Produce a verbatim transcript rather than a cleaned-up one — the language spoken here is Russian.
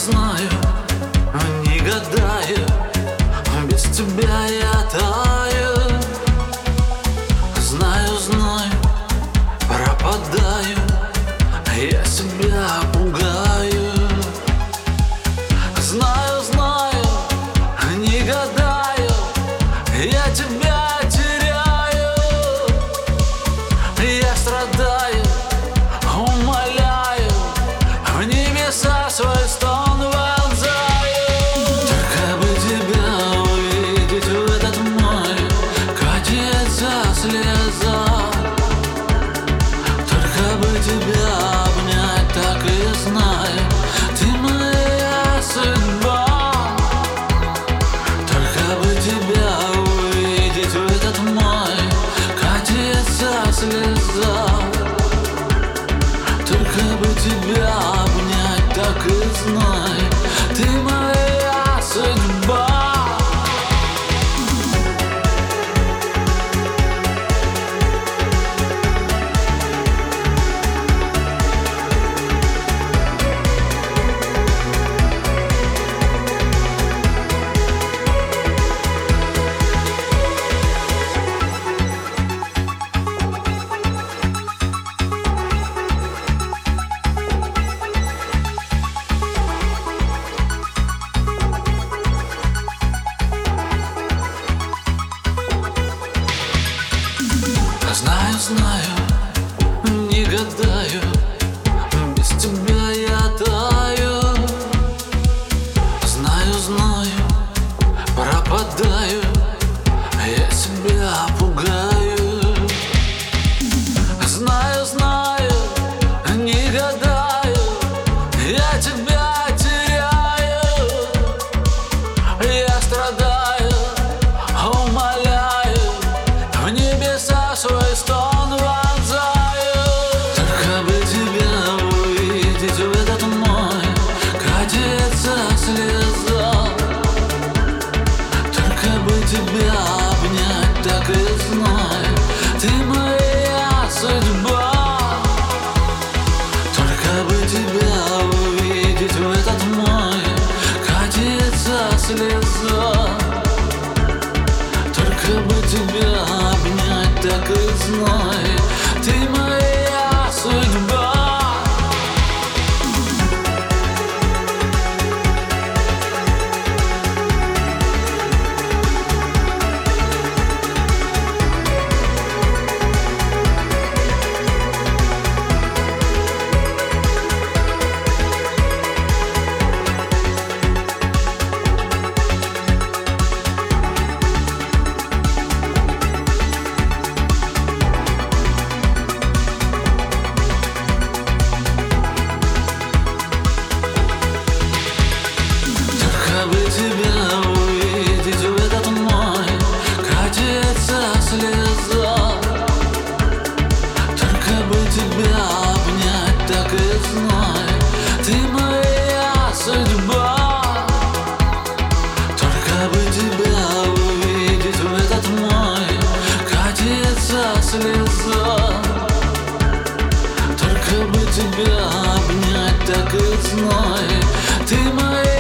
знаю, не гадаю, без тебя я таю. Знаю, знаю, пропадаю, я себя пугаю. Знаю, знаю, не гадаю, я тебя теряю. Я страдаю, умоляю, в небеса свой стон вонзаю. Только бы тебя увидеть в этот мой, катится слеза. Только бы тебя обнять, так и знаю, ты моя судьба. Только бы тебя увидеть в этот мой, катится слеза. Только бы тебя обнять, так и знай, ты моя судьба. Знаю, знаю, не гадаю, без тебя я таю. Знаю, знаю, пропадаю, я себя пугаю. Знаю, знаю, не гадаю, я тебя теряю. Я страдаю, умоляю, в небеса свой стон вонзаю. Только бы тебя увидеть в этот мой, катится слеза. Только бы тебя обнять, так и знай, ты моя судьба. Только бы тебя увидеть в этот мой, катится слеза. Только бы тебя обнять, так и знай, ты моя судьба. Только бы тебя увидеть в этот мой, катится слеза. Только бы тебя обнять, так и знай, ты моя судьба. Только бы тебя увидеть в этот мой, катится слеза. Только бы тебя обнять, так и знай, ты моя